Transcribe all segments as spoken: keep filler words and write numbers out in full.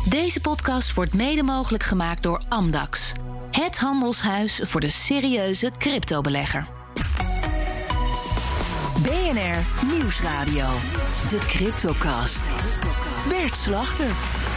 Deze podcast wordt mede mogelijk gemaakt door Amdax. Het handelshuis voor de serieuze cryptobelegger. B N R Nieuwsradio. De Cryptocast. Bert Slachter.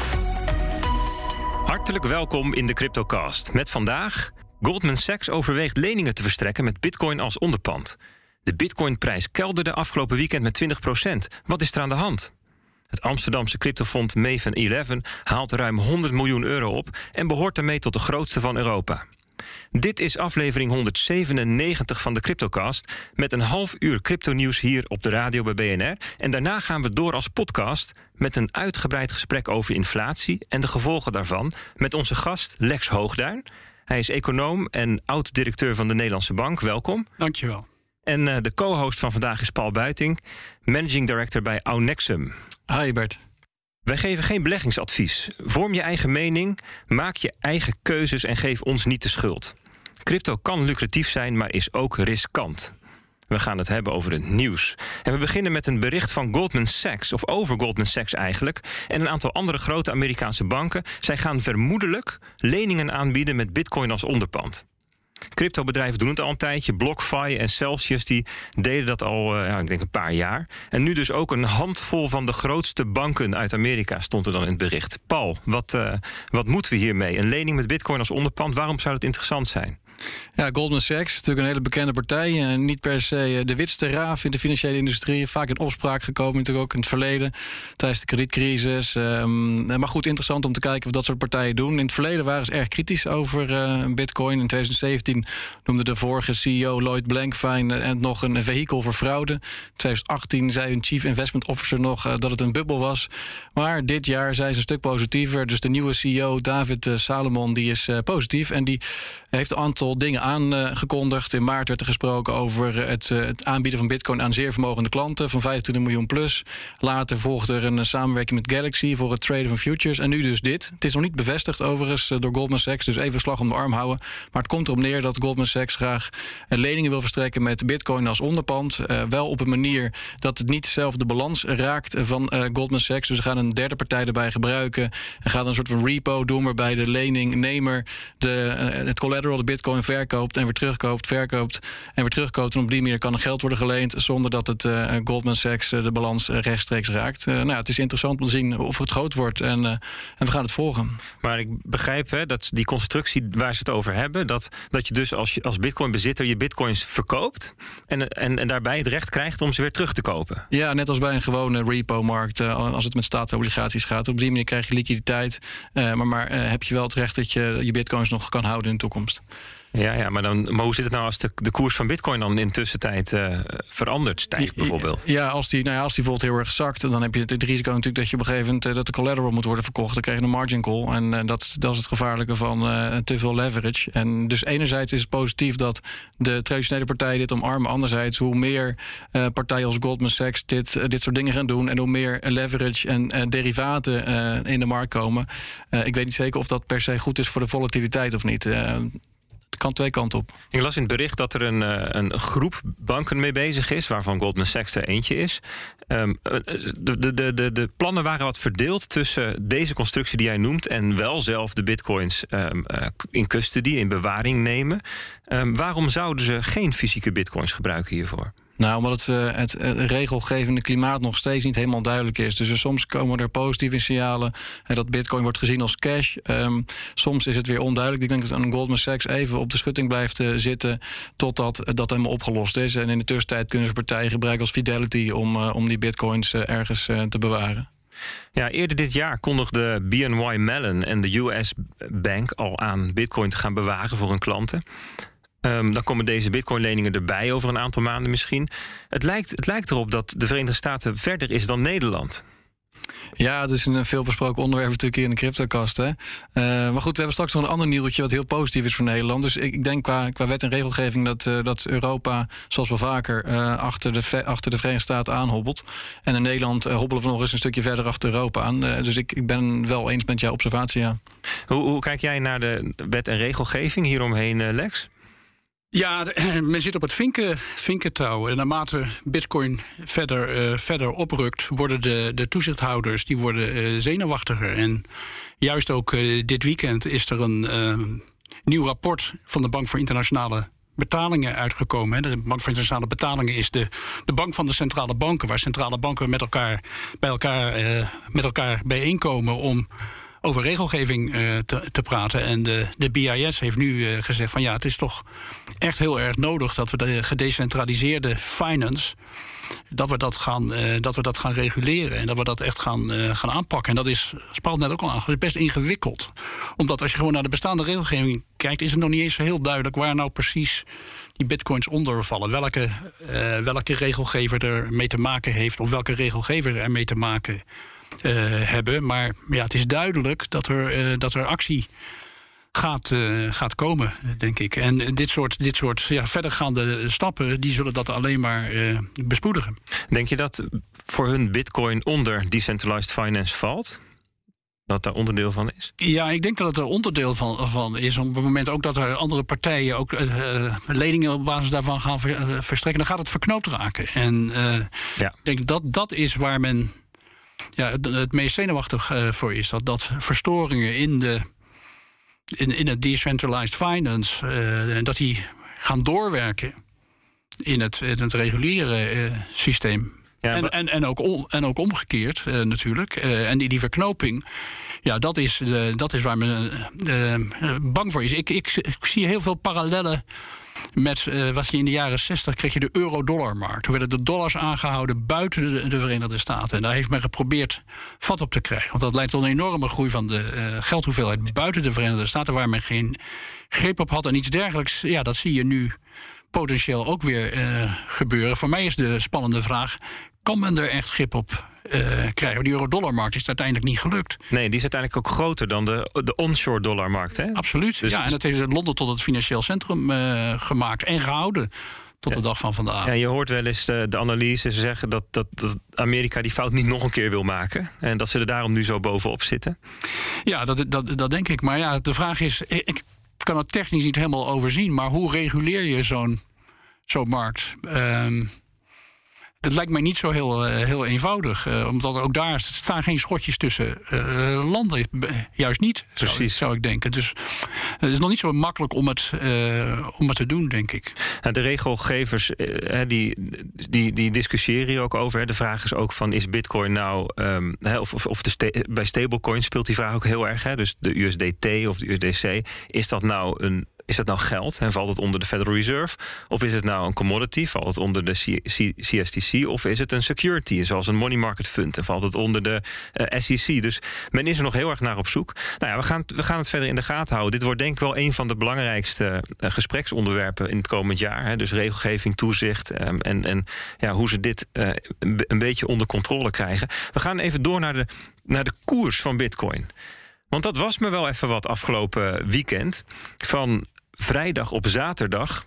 Hartelijk welkom in de Cryptocast. Met vandaag: Goldman Sachs overweegt leningen te verstrekken met bitcoin als onderpand. De bitcoinprijs kelderde afgelopen weekend met twintig procent. Wat is er aan de hand? Het Amsterdamse cryptofonds Maven elf haalt ruim honderd miljoen euro op en behoort daarmee tot de grootste van Europa. Dit is aflevering honderdzevenennegentig van de Cryptocast met een half uur cryptonieuws hier op de radio bij B N R. En daarna gaan we door als podcast met een uitgebreid gesprek over inflatie en de gevolgen daarvan met onze gast Lex Hoogduin. Hij is econoom en oud-directeur van de Nederlandse Bank. Welkom. Dankjewel. En uh, de co-host van vandaag is Paul Buiting, managing director bij Aunexum. Hi Bert. Wij geven geen beleggingsadvies. Vorm je eigen mening, maak je eigen keuzes en geef ons niet de schuld. Crypto kan lucratief zijn, maar is ook riskant. We gaan het hebben over het nieuws. En we beginnen met een bericht van Goldman Sachs, of over Goldman Sachs eigenlijk, en een aantal andere grote Amerikaanse banken. Zij gaan vermoedelijk leningen aanbieden met bitcoin als onderpand. Cryptobedrijven doen het al een tijdje. BlockFi en Celsius die deden dat al, uh, ja, ik denk een paar jaar. En nu dus ook een handvol van de grootste banken uit Amerika stond er dan in het bericht. Paul, wat, uh, wat moeten we hiermee? Een lening met bitcoin als onderpand, waarom zou dat interessant zijn? Ja, Goldman Sachs, natuurlijk een hele bekende partij. Uh, niet per se de witste raaf in de financiële industrie. Vaak in opspraak gekomen, natuurlijk ook in het verleden. Tijdens de kredietcrisis. Um, maar goed, interessant om te kijken wat dat soort partijen doen. In het verleden waren ze erg kritisch over uh, bitcoin. In twintig zeventien noemde de vorige C E O Lloyd Blankfein het nog een vehikel voor fraude. In twintig achttien zei een chief investment officer nog uh, dat het een bubbel was. Maar dit jaar zijn ze een stuk positiever. Dus de nieuwe C E O David uh, Salomon die is uh, positief. En die heeft een aantal dingen aangekondigd. In maart werd er gesproken over het, het aanbieden van bitcoin aan zeer vermogende klanten van vijfentwintig miljoen plus. Later volgde er een samenwerking met Galaxy voor het traden van futures. En nu dus dit. Het is nog niet bevestigd overigens door Goldman Sachs, dus even slag om de arm houden. Maar het komt erop neer dat Goldman Sachs graag leningen wil verstrekken met bitcoin als onderpand. Uh, wel op een manier dat het niet zelf de balans raakt van uh, Goldman Sachs. Dus ze gaan een derde partij erbij gebruiken. En gaan een soort van repo doen waarbij de leningnemer de, uh, het collateral, de bitcoin verkoopt en weer terugkoopt, verkoopt en weer terugkoopt. En op die manier kan er geld worden geleend zonder dat het uh, Goldman Sachs uh, de balans uh, rechtstreeks raakt. Uh, nou, het is interessant om te zien of het groot wordt en, uh, en we gaan het volgen. Maar ik begrijp hè, dat die constructie waar ze het over hebben, dat, dat je dus als, als bitcoinbezitter je bitcoins verkoopt en, en, en daarbij het recht krijgt om ze weer terug te kopen. Ja, net als bij een gewone repo-markt, uh, als het met staatsobligaties gaat. Op die manier krijg je liquiditeit, uh, maar, maar uh, heb je wel het recht dat je je bitcoins nog kan houden in de toekomst. Ja, ja, maar, dan, maar hoe zit het nou als de, de koers van bitcoin dan in tussentijd uh, verandert, stijgt bijvoorbeeld? Ja, als die, nou ja, als die bijvoorbeeld heel erg zakt, dan heb je het, het risico natuurlijk dat je op een gegeven moment uh, dat de collateral moet worden verkocht. Dan krijg je een margin call. En uh, dat, dat is het gevaarlijke van uh, te veel leverage. En dus enerzijds is het positief dat de traditionele partijen dit omarmen. Anderzijds, hoe meer uh, partijen als Goldman Sachs dit, uh, dit soort dingen gaan doen en hoe meer leverage en uh, derivaten uh, in de markt komen. Uh, ik weet niet zeker of dat per se goed is voor de volatiliteit of niet. Uh, Het kan twee kanten op. Ik las in het bericht dat er een, een groep banken mee bezig is, waarvan Goldman Sachs er eentje is. Um, de, de, de, de plannen waren wat verdeeld tussen deze constructie die jij noemt en wel zelf de bitcoins um, in custody, in bewaring nemen. Um, waarom zouden ze geen fysieke bitcoins gebruiken hiervoor? Nou, omdat het, uh, het uh, regelgevende klimaat nog steeds niet helemaal duidelijk is. Dus uh, soms komen er positieve signalen uh, dat bitcoin wordt gezien als cash. Um, soms is het weer onduidelijk. Ik denk dat een Goldman Sachs even op de schutting blijft uh, zitten totdat uh, dat helemaal opgelost is. En in de tussentijd kunnen ze partijen gebruiken als Fidelity om, uh, om die bitcoins uh, ergens uh, te bewaren. Ja, eerder dit jaar kondigde B N Y Mellon en de U S Bank al aan bitcoin te gaan bewaren voor hun klanten. Um, dan komen deze bitcoinleningen erbij over een aantal maanden misschien. Het lijkt, het lijkt erop dat de Verenigde Staten verder is dan Nederland. Ja, het is een veelbesproken onderwerp natuurlijk hier in de Cryptocast. Hè. Uh, maar goed, we hebben straks nog een ander nieuwtje wat heel positief is voor Nederland. Dus ik, ik denk qua, qua wet en regelgeving dat, uh, dat Europa, zoals wel vaker, uh, achter, de, achter de Verenigde Staten aanhobbelt. En in Nederland uh, hobbelen we nog eens een stukje verder achter Europa aan. Uh, dus ik, ik ben wel eens met jouw observatie, ja. Hoe, hoe kijk jij naar de wet en regelgeving hieromheen, uh, Lex? Ja, men zit op het vinken, vinkentouw. En naarmate bitcoin verder, uh, verder oprukt, worden de, de toezichthouders die worden, uh, zenuwachtiger. En juist ook uh, dit weekend is er een uh, nieuw rapport van de Bank voor Internationale Betalingen uitgekomen. Hè. De Bank voor Internationale Betalingen is de, de bank van de centrale banken, waar centrale banken met elkaar, bij elkaar, uh, met elkaar bijeenkomen om over regelgeving uh, te, te praten. En de, de B I S heeft nu uh, gezegd van ja, het is toch echt heel erg nodig dat we de gedecentraliseerde finance, dat we dat gaan, uh, dat we dat gaan reguleren en dat we dat echt gaan, uh, gaan aanpakken. En dat is, Paul net ook al aangegeven, best ingewikkeld. Omdat als je gewoon naar de bestaande regelgeving kijkt, is het nog niet eens zo heel duidelijk waar nou precies die bitcoins onder vallen. Welke, uh, welke regelgever er mee te maken heeft, of welke regelgever er mee te maken uh, hebben. Maar ja, het is duidelijk dat er, uh, dat er actie Gaat, uh, gaat komen, denk ik. En dit soort, dit soort ja, verdergaande stappen, die zullen dat alleen maar uh, bespoedigen. Denk je dat voor hun bitcoin onder decentralized finance valt? Dat daar onderdeel van is? Ja, ik denk dat het er onderdeel van, van is. Op het moment ook dat er andere partijen ook uh, leningen op basis daarvan gaan ver, uh, verstrekken, dan gaat het verknoopt raken. En uh, ja. ik denk dat dat is waar men ja, het, het meest zenuwachtig uh, voor is. Dat, dat verstoringen in de In, in het decentralized finance, uh, dat die gaan doorwerken in het, in het reguliere uh, systeem. Ja, en, en, en, ook on, en ook omgekeerd uh, natuurlijk. Uh, en die, die verknoping, ja, dat is, uh, dat is waar men uh, uh, bang voor is. Ik, ik, ik zie heel veel parallellen met uh, wat je in de jaren zestig kreeg je de euro-dollarmarkt. Toen werden de dollars aangehouden buiten de, de Verenigde Staten. En daar heeft men geprobeerd vat op te krijgen. Want dat leidt tot een enorme groei van de uh, geldhoeveelheid buiten de Verenigde Staten, waar men geen greep op had. En iets dergelijks, ja, dat zie je nu potentieel ook weer uh, gebeuren. Voor mij is de spannende vraag, kan men er echt grip op Uh, krijgen? Die euro-dollarmarkt is uiteindelijk niet gelukt. Nee, die is uiteindelijk ook groter dan de, de onshore dollarmarkt, hè? Absoluut. Dus ja, en dat heeft Londen tot het financieel centrum uh, gemaakt en gehouden tot ja. de dag van vandaag. Ja, je hoort wel eens de, de analyse zeggen dat, dat, dat Amerika die fout niet nog een keer wil maken en dat ze er daarom nu zo bovenop zitten. Ja, dat, dat, dat denk ik. Maar ja, de vraag is, ik kan het technisch niet helemaal overzien, maar hoe reguleer je zo'n, zo'n markt? Um, Dat lijkt mij niet zo heel, uh, heel eenvoudig. Uh, omdat ook daar staan geen schotjes tussen uh, landen. Juist niet, zou, zou ik denken. Dus het is nog niet zo makkelijk om het, uh, om het te doen, denk ik. Nou, de regelgevers uh, die, die, die discussiëren hier ook over. Hè. De vraag is ook van, is bitcoin nou Um, of, of, of de sta- bij stablecoins speelt die vraag ook heel erg. Hè. Dus de U S D T of de U S D C. Is dat nou een Is dat nou geld en valt het onder de Federal Reserve? Of is het nou een commodity, valt het onder de C S T C? Of is het een security, zoals een money market fund, en valt het onder de uh, S E C? Dus men is er nog heel erg naar op zoek. Nou ja, we gaan, we gaan het verder in de gaten houden. Dit wordt denk ik wel een van de belangrijkste uh, gespreksonderwerpen in het komend jaar. Hè? Dus regelgeving, toezicht um, en, en ja, hoe ze dit uh, een, een beetje onder controle krijgen. We gaan even door naar de, naar de koers van bitcoin. Want dat was me wel even wat afgelopen weekend. Van vrijdag op zaterdag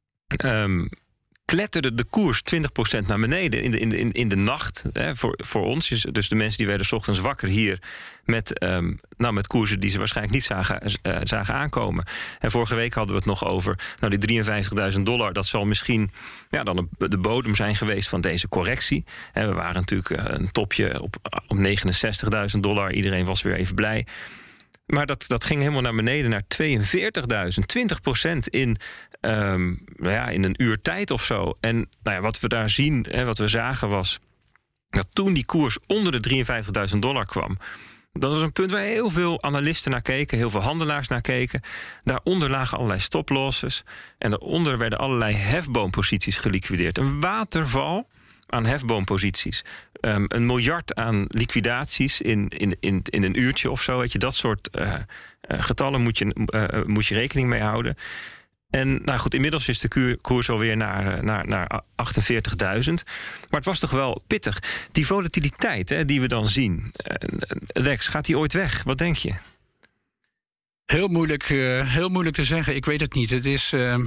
um, kletterde de koers twintig procent naar beneden in de, in de, in de nacht. Hè, voor, voor ons, dus de mensen die werden 's ochtends wakker hier met, um, nou, met koersen die ze waarschijnlijk niet zagen, uh, zagen aankomen. En vorige week hadden we het nog over nou, die drieënvijftigduizend dollar. Dat zal misschien ja, dan de bodem zijn geweest van deze correctie. En we waren natuurlijk een topje op, op negenenzestigduizend dollar. Iedereen was weer even blij. Maar dat, dat ging helemaal naar beneden, naar tweeënveertigduizend. twintig procent in, um, nou ja, in een uur tijd of zo. En nou ja, wat we daar zien, hè, wat we zagen was dat toen die koers onder de drieënvijftigduizend dollar kwam, dat was een punt waar heel veel analisten naar keken, heel veel handelaars naar keken. Daaronder lagen allerlei stoplosses. En daaronder werden allerlei hefboomposities geliquideerd. Een waterval aan hefboomposities. Um, een miljard aan liquidaties in, in, in, in een uurtje of zo. Weet je, dat soort uh, uh, getallen moet je, uh, moet je rekening mee houden. En nou goed, inmiddels is de koers alweer naar, naar, naar achtenveertigduizend. Maar het was toch wel pittig. Die volatiliteit hè, die we dan zien. Uh, Lex, gaat die ooit weg? Wat denk je? Heel moeilijk, uh, heel moeilijk te zeggen. Ik weet het niet. Het is, uh,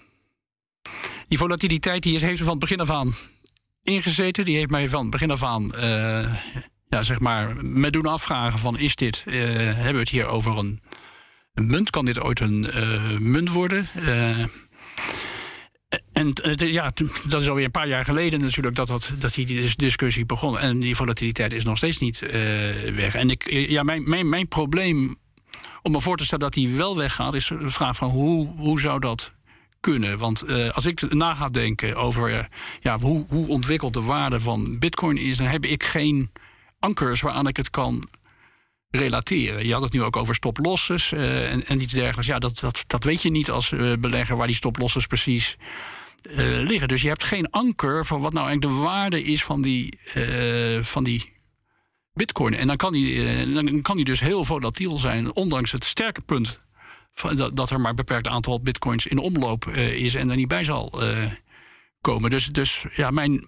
die volatiliteit die is, heeft er van het begin af aan ingezeten. Die heeft mij van het begin af aan uh, ja, zeg maar, me doen afvragen van, is dit, uh, hebben we het hier over een, een munt? Kan dit ooit een uh, munt worden? Uh, en en ja, dat is alweer een paar jaar geleden natuurlijk dat, dat, dat die discussie begon. En die volatiliteit is nog steeds niet uh, weg. En ik, ja, mijn, mijn, mijn probleem om me voor te stellen dat die wel weggaat, is de vraag van hoe, hoe zou dat kunnen? Want uh, als ik na ga denken over uh, ja, hoe, hoe ontwikkeld de waarde van Bitcoin is, dan heb ik geen ankers waaraan ik het kan relateren. Je had het nu ook over stoplosses uh, en, en iets dergelijks. Ja, dat, dat, dat weet je niet als uh, belegger waar die stoplosses precies uh, liggen. Dus je hebt geen anker van wat nou eigenlijk de waarde is van die, uh, van die Bitcoin. En dan kan die, uh, dan kan die dus heel volatiel zijn, ondanks het sterke punt van, dat, dat er maar een beperkt aantal Bitcoins in omloop uh, is en er niet bij zal uh, komen. Dus, dus ja, mijn,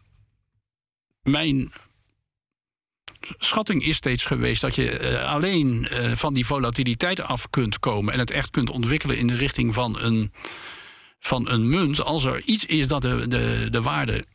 mijn schatting is steeds geweest dat je uh, alleen uh, van die volatiliteit af kunt komen en het echt kunt ontwikkelen in de richting van een, van een munt als er iets is dat de, de, de waarde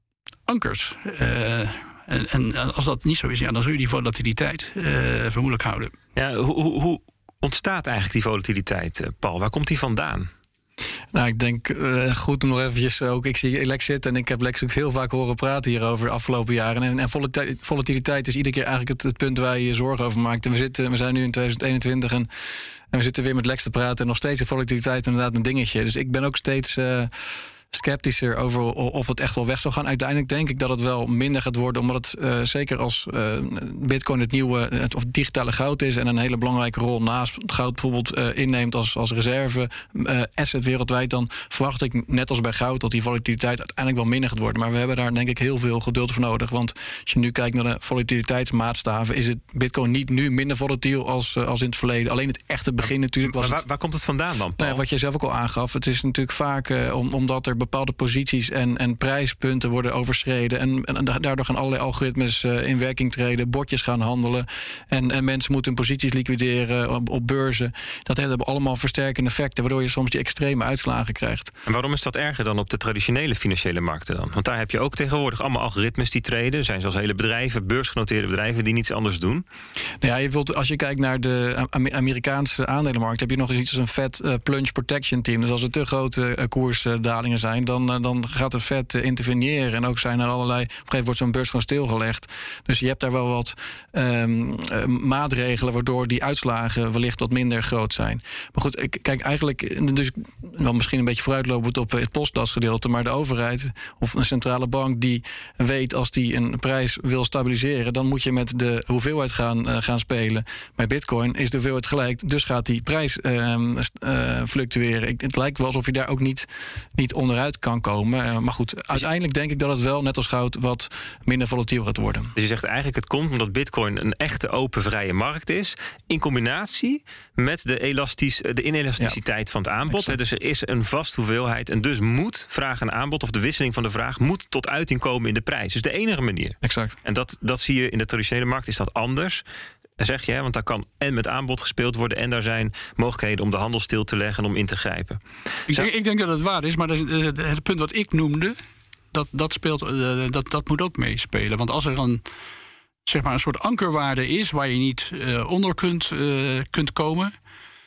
ankers. Uh, en, en als dat niet zo is, ja, dan zul je die volatiliteit uh, vermoedelijk houden. Ja, hoe, hoe, hoe ontstaat eigenlijk die volatiliteit, Paul? Waar komt die vandaan? Nou, ik denk uh, goed om nog eventjes ook. Ik zie Lex zitten en ik heb Lex ook heel vaak horen praten hierover de afgelopen jaren. En, en volatiliteit is iedere keer eigenlijk het, het punt waar je je zorgen over maakt. En we, zitten, we zijn nu in twintig eenentwintig en, en we zitten weer met Lex te praten. En nog steeds is volatiliteit inderdaad een dingetje. Dus ik ben ook steeds Uh, sceptischer over of het echt wel weg zal gaan. Uiteindelijk denk ik dat het wel minder gaat worden, omdat het uh, zeker als uh, Bitcoin het nieuwe het, of digitale goud is en een hele belangrijke rol naast het goud bijvoorbeeld uh, inneemt als, als reserve uh, asset wereldwijd, dan verwacht ik net als bij goud dat die volatiliteit uiteindelijk wel minder gaat worden. Maar we hebben daar denk ik heel veel geduld voor nodig. Want als je nu kijkt naar de volatiliteitsmaatstaven, is het Bitcoin niet nu minder volatiel als, uh, als in het verleden. Alleen het echte begin natuurlijk was. Maar waar, het, waar komt het vandaan dan, Paul? Nou ja, wat jij zelf ook al aangaf, het is natuurlijk vaak uh, om, omdat er bepaalde posities en, en prijspunten worden overschreden. En, en daardoor gaan allerlei algoritmes uh, in werking treden, botjes gaan handelen. En, en mensen moeten hun posities liquideren op, op beurzen. Dat heeft allemaal versterkende effecten, waardoor je soms die extreme uitslagen krijgt. En waarom is dat erger dan op de traditionele financiële markten dan? Want daar heb je ook tegenwoordig allemaal algoritmes die treden. Er zijn zelfs hele bedrijven, beursgenoteerde bedrijven, die niets anders doen. Nou ja, je wilt, als je kijkt naar de Amerikaanse aandelenmarkt, heb je nog iets als een Fed uh, Plunge Protection Team. Dus als er te grote uh, koersdalingen zijn, dan dan gaat de Fed interveneren. En ook zijn er allerlei, op een gegeven moment wordt zo'n beurs gewoon stilgelegd. Dus je hebt daar wel wat um, uh, maatregelen waardoor die uitslagen wellicht wat minder groot zijn. Maar goed, ik kijk eigenlijk, dus wel misschien een beetje vooruitlopend op het postlasgedeelte, maar de overheid of een centrale bank die weet als die een prijs wil stabiliseren, dan moet je met de hoeveelheid gaan, uh, gaan spelen. Bij Bitcoin is de hoeveelheid gelijk, dus gaat die prijs uh, uh, fluctueren. Ik, het lijkt wel alsof je daar ook niet, niet onderuit kan komen. Uh, maar goed, uiteindelijk denk ik dat het wel, net als goud, wat minder volatiel gaat worden. Dus je zegt eigenlijk het komt omdat Bitcoin een echte open vrije markt is, in combinatie met de, elastisch, de inelasticiteit ja, van het aanbod. He, dus er is een vast hoeveelheid en dus moet vraag en aanbod, of de wisseling van de vraag, moet tot uiting komen in de prijs. Dus de enige manier. Exact. En dat, dat zie je in de traditionele markt, is dat anders. Zeg je, hè? Want daar kan en met aanbod gespeeld worden en daar zijn mogelijkheden om de handel stil te leggen en om in te grijpen. Ik denk, ik denk dat het waar is, maar het punt wat ik noemde, dat, dat, speelt, dat, dat moet ook meespelen. Want als er een, zeg maar een soort ankerwaarde is waar je niet uh, onder kunt, uh, kunt komen,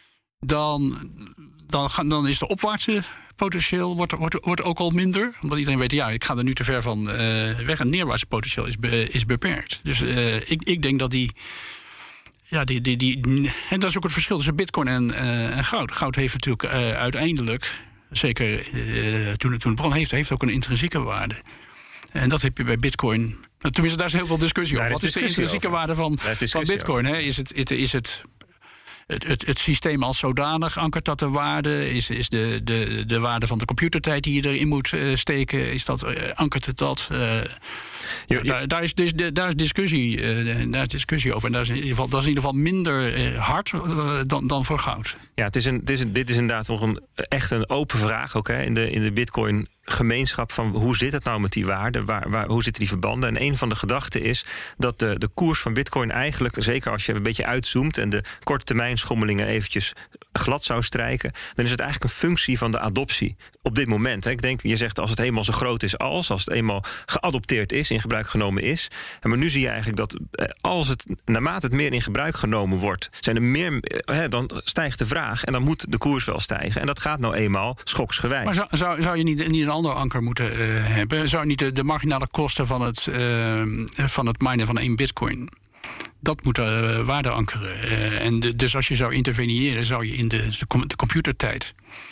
dan, dan, gaan, dan is de opwaartse potentieel wordt, wordt, wordt ook al minder. Omdat iedereen weet, ja, ik ga er nu te ver van uh, weg. En neerwaartse potentieel is, be, is beperkt. Dus uh, ik, ik denk dat die Ja, die, die, die, en dat is ook het verschil tussen Bitcoin en, uh, en goud. Goud heeft natuurlijk uh, uiteindelijk, zeker uh, toen, het, toen het begon, heeft, heeft ook een intrinsieke waarde. En dat heb je bij Bitcoin. Tenminste, daar is heel veel discussie over. Wat is de intrinsieke waarde van, van Bitcoin? Hè? Is het, het, is het, het, het, het systeem als zodanig ankert dat de waarde? Is, is de, de, de waarde van de computertijd die je erin moet uh, steken? Is dat, uh, ankert het dat? Uh, Ja, daar, daar, is, dus, daar, is discussie, uh, daar is discussie over. En daar is in ieder geval, dat is in ieder geval minder uh, hard uh, dan, dan voor goud. Ja, het is een, het is een, dit is inderdaad nog een, echt een open vraag ook, hè, in de, in de Bitcoin gemeenschap van hoe zit het nou met die waarde? Waar, waar, hoe zitten die verbanden? En een van de gedachten is dat de, de koers van Bitcoin eigenlijk, zeker als je een beetje uitzoomt en de korte termijn schommelingen eventjes glad zou strijken, dan is het eigenlijk een functie van de adoptie op dit moment. Hè. Ik denk, je zegt als het eenmaal zo groot is als, als het eenmaal geadopteerd is, in gebruik genomen is. En maar nu zie je eigenlijk dat als het, naarmate het meer in gebruik genomen wordt, zijn er meer, hè, dan stijgt de vraag en dan moet de koers wel stijgen. En dat gaat nou eenmaal schoksgewijs. Maar zou, zou, zou je niet, niet een ander anker moeten uh, hebben. Zou niet de, de marginale kosten van het, uh, van het minen van één bitcoin... dat moet uh, waarde ankeren. Uh, en de, dus als je zou interveneren, zou je in de, de, com- de computertijd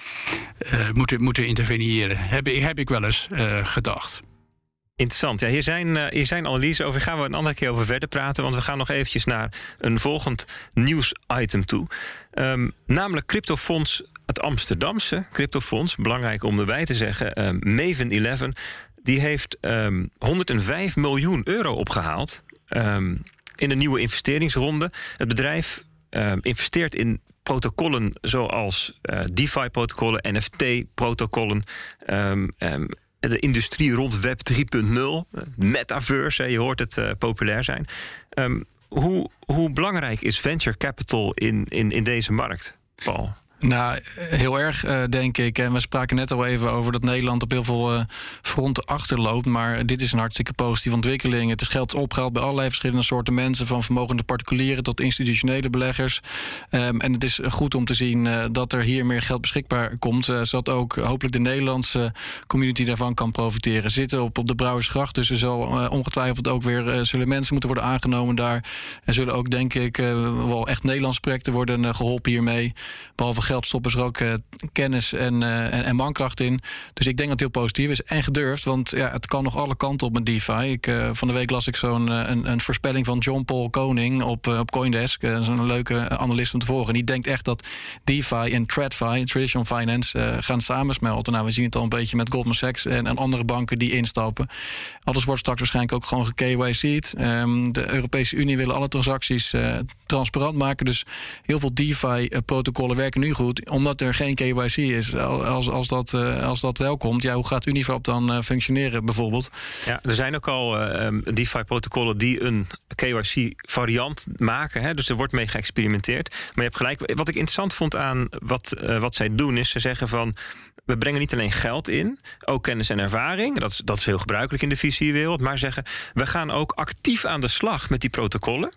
uh, moeten, moeten interveneren. Heb, heb ik wel eens uh, gedacht. Interessant. Ja, hier zijn, uh, hier zijn analyses over. Gaan we een andere keer over verder praten. Want we gaan nog eventjes naar een volgend nieuwsitem toe. Um, namelijk cryptofonds, het Amsterdamse cryptofonds. Belangrijk om erbij te zeggen. Um, Maven elf. Die heeft um, honderdvijf miljoen euro opgehaald. Um, in een nieuwe investeringsronde. Het bedrijf um, investeert in protocollen zoals uh, DeFi-protocollen, N F T-protocollen. Um, um, de industrie rond Web drie punt nul, metaverse, je hoort het uh, populair zijn. Um, hoe, hoe belangrijk is venture capital in, in, in deze markt, Paul? Nou, heel erg, uh, denk ik. En we spraken net al even over dat Nederland op heel veel uh, fronten achterloopt. Maar dit is een hartstikke positieve ontwikkeling. Het is geld opgehaald bij allerlei verschillende soorten mensen. Van vermogende particulieren tot institutionele beleggers. Um, en het is goed om te zien uh, dat er hier meer geld beschikbaar komt. Uh, zodat ook hopelijk de Nederlandse community daarvan kan profiteren. Zitten op, op de Brouwersgracht. Dus er zal uh, ongetwijfeld ook weer uh, zullen mensen moeten worden aangenomen daar. Er zullen ook, denk ik, uh, wel echt Nederlandse projecten worden uh, geholpen hiermee. Behalve geld stoppen er ook uh, kennis en, uh, en, en mankracht in. Dus ik denk dat het heel positief is. En gedurfd, want ja, het kan nog alle kanten op met DeFi. Ik, uh, van de week las ik zo'n uh, een, een voorspelling van John Paul Koning op, uh, op Coindesk. Uh, zo'n leuke analist om te volgen. En die denkt echt dat DeFi en TradFi, Traditional Finance, uh, gaan samensmelten. Nou, we zien het al een beetje met Goldman Sachs en, en andere banken die instappen. Alles wordt straks waarschijnlijk ook gewoon ge-K Y C'd. Um, de Europese Unie willen alle transacties uh, transparant maken. Dus heel veel DeFi-protocollen werken nu goed. Omdat er geen K Y C is. Als, als, dat, uh, als dat wel komt, ja, hoe gaat Univap dan uh, functioneren bijvoorbeeld? Ja, er zijn ook al uh, DeFi-protocollen die een K Y C-variant maken. Hè, dus er wordt mee geëxperimenteerd. Maar je hebt gelijk. Wat ik interessant vond aan wat, uh, wat zij doen, is ze zeggen van, we brengen niet alleen geld in, ook kennis en ervaring. Dat is, dat is heel gebruikelijk in de V C-wereld. Maar zeggen, we gaan ook actief aan de slag met die protocollen.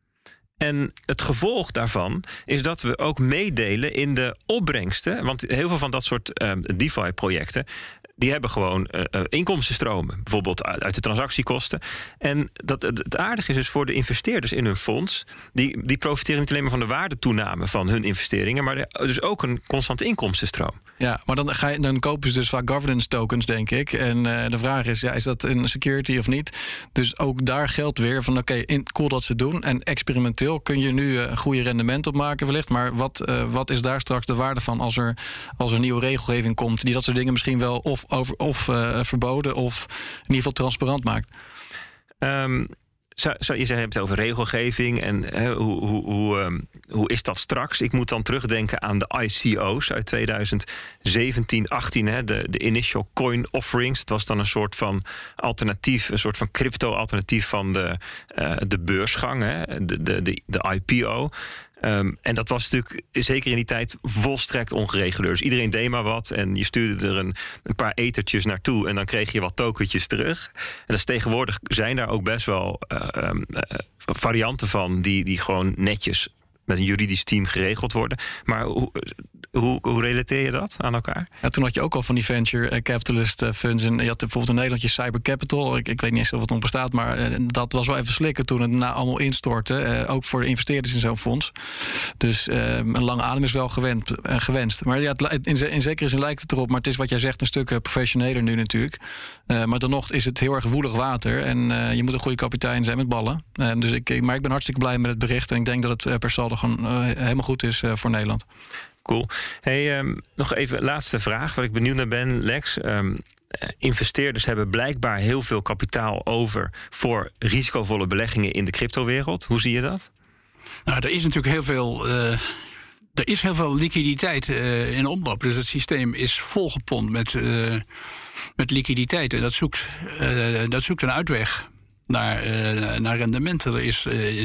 En het gevolg daarvan is dat we ook meedelen in de opbrengsten. Want heel veel van dat soort um, DeFi-projecten, die hebben gewoon uh, inkomstenstromen. Bijvoorbeeld uit de transactiekosten. En dat, het, het aardige is dus voor de investeerders in hun fonds, Die, die profiteren niet alleen maar van de waardetoename van hun investeringen, maar dus ook een constante inkomstenstroom. Ja, maar dan, ga je, dan kopen ze dus vaak governance tokens, denk ik. En uh, de vraag is, ja, is dat een security of niet? Dus ook daar geldt weer van, oké, okay, cool dat ze doen. En experimenteel kun je nu een uh, goede rendement op maken wellicht. Maar wat, uh, wat is daar straks de waarde van als er, als er nieuwe regelgeving komt die dat soort dingen misschien wel of, over, of uh, verboden of in ieder geval transparant maakt? Um... Zo, zo, je hebt het over regelgeving en he, hoe, hoe, hoe, um, hoe is dat straks? Ik moet dan terugdenken aan de I C O's uit twintig zeventien achttien. He, de, de Initial Coin Offerings. Het was dan een soort van alternatief, een soort van crypto-alternatief van de, uh, de beursgang, he, de, de, de, de I P O. Um, en dat was natuurlijk zeker in die tijd volstrekt ongereguleerd. Dus iedereen deed maar wat en je stuurde er een, een paar ethertjes naartoe en dan kreeg je wat tokentjes terug. En dus tegenwoordig zijn daar ook best wel uh, um, uh, varianten van die, die gewoon netjes met een juridisch team geregeld worden. Maar hoe, hoe, hoe relateer je dat aan elkaar? Ja, toen had je ook al van die venture capitalist funds. En je had bijvoorbeeld in Nederland je Cyber Capital. Ik, ik weet niet eens of het nog bestaat, maar uh, dat was wel even slikken toen het na allemaal instortte. Uh, ook voor de investeerders in zo'n fonds. Dus uh, een lange adem is wel gewend, uh, gewenst. Maar ja, het, in, in zekere zin lijkt het erop. Maar het is wat jij zegt een stuk uh, professioneler nu natuurlijk. Uh, maar dan nog is het heel erg woelig water. En uh, je moet een goede kapitein zijn met ballen. Uh, dus ik, maar ik ben hartstikke blij met het bericht. En ik denk dat het uh, per saldo gewoon uh, helemaal goed is uh, voor Nederland. Cool. Hey, um, nog even laatste vraag waar ik benieuwd naar ben, Lex. Um, investeerders hebben blijkbaar heel veel kapitaal over voor risicovolle beleggingen in de cryptowereld. Hoe zie je dat? Nou, er is natuurlijk heel veel, uh, er is heel veel liquiditeit uh, in omloop. Dus het systeem is volgepompt met, uh, met liquiditeit. En dat zoekt, uh, dat zoekt een uitweg naar, uh, naar rendementen. Er is Uh,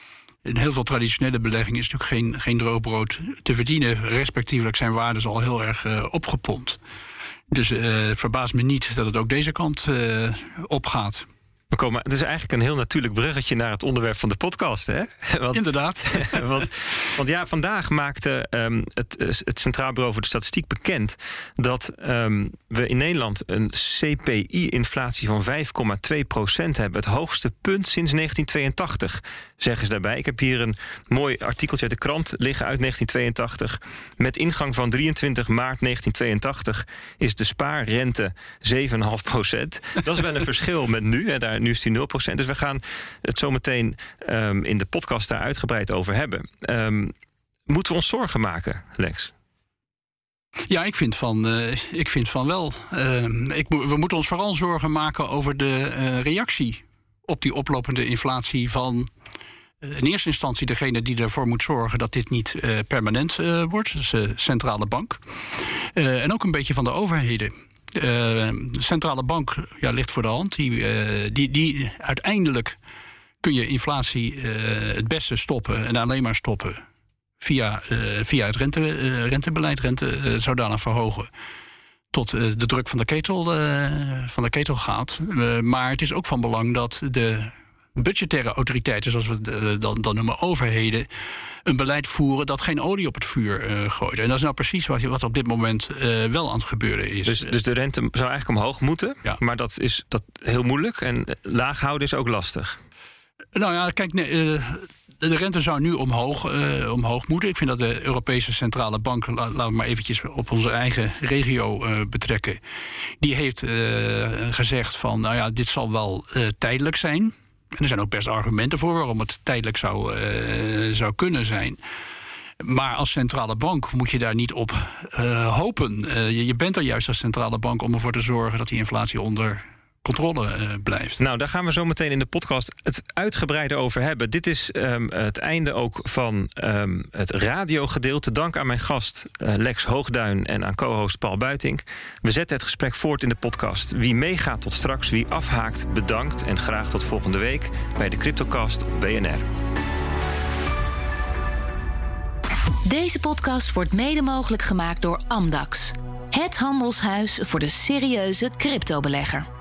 in heel veel traditionele beleggingen is natuurlijk geen, geen droogbrood te verdienen. Respectievelijk zijn waarden al heel erg uh, opgepompt. Dus uh, het verbaast me niet dat het ook deze kant uh, opgaat. We komen, het is eigenlijk een heel natuurlijk bruggetje naar het onderwerp van de podcast, hè? Want, Inderdaad. want, want ja, vandaag maakte um, het, het Centraal Bureau voor de Statistiek bekend dat um, we in Nederland een C P I-inflatie van vijf komma twee procent hebben. Het hoogste punt sinds negentien tweeëntachtig, zeggen ze daarbij. Ik heb hier een mooi artikeltje uit de krant liggen uit negentien tweeëntachtig. Met ingang van drieëntwintig maart negentien tweeëntachtig is de spaarrente zeven komma vijf procent. Dat is wel een verschil met nu. Hè, daar, nu is die nul procent. Dus we gaan het zo meteen um, in de podcast daar uitgebreid over hebben. Um, moeten we ons zorgen maken, Lex? Ja, ik vind van, uh, ik vind van wel. Uh, ik, we moeten ons vooral zorgen maken over de uh, reactie op die oplopende inflatie van uh, in eerste instantie degene die ervoor moet zorgen dat dit niet uh, permanent uh, wordt, dus de centrale bank. Uh, en ook een beetje van de overheden. Uh, de centrale bank ja, ligt voor de hand. Die, uh, die, die uiteindelijk kun je inflatie uh, het beste stoppen en alleen maar stoppen via, uh, via het rente, uh, rentebeleid, rente uh, zodanig verhogen tot uh, de druk van de ketel, uh, van de ketel gaat. Uh, maar het is ook van belang dat de budgettaire autoriteiten, zoals we het uh, dan, dan noemen, overheden, een beleid voeren dat geen olie op het vuur uh, gooit. En dat is nou precies wat, wat op dit moment uh, wel aan het gebeuren is. Dus, dus de rente zou eigenlijk omhoog moeten, ja. Maar dat is dat heel moeilijk en laag houden is ook lastig. Nou ja, kijk, nee, uh, de rente zou nu omhoog, uh, omhoog moeten. Ik vind dat de Europese Centrale Bank, la, laten we maar eventjes op onze eigen regio uh, betrekken, die heeft uh, gezegd van, nou ja, dit zal wel uh, tijdelijk zijn. En er zijn ook best argumenten voor waarom het tijdelijk zou, uh, zou kunnen zijn. Maar als centrale bank moet je daar niet op uh, hopen. Uh, je, je bent er juist als centrale bank om ervoor te zorgen dat die inflatie onder controle uh, blijft. Nou, daar gaan we zo meteen in de podcast het uitgebreider over hebben. Dit is um, het einde ook van um, het radiogedeelte. Dank aan mijn gast uh, Lex Hoogduin en aan co-host Paul Buitink. We zetten het gesprek voort in de podcast. Wie meegaat tot straks, wie afhaakt, bedankt. En graag tot volgende week bij de CryptoCast op B N R. Deze podcast wordt mede mogelijk gemaakt door Amdax. Het handelshuis voor de serieuze cryptobelegger.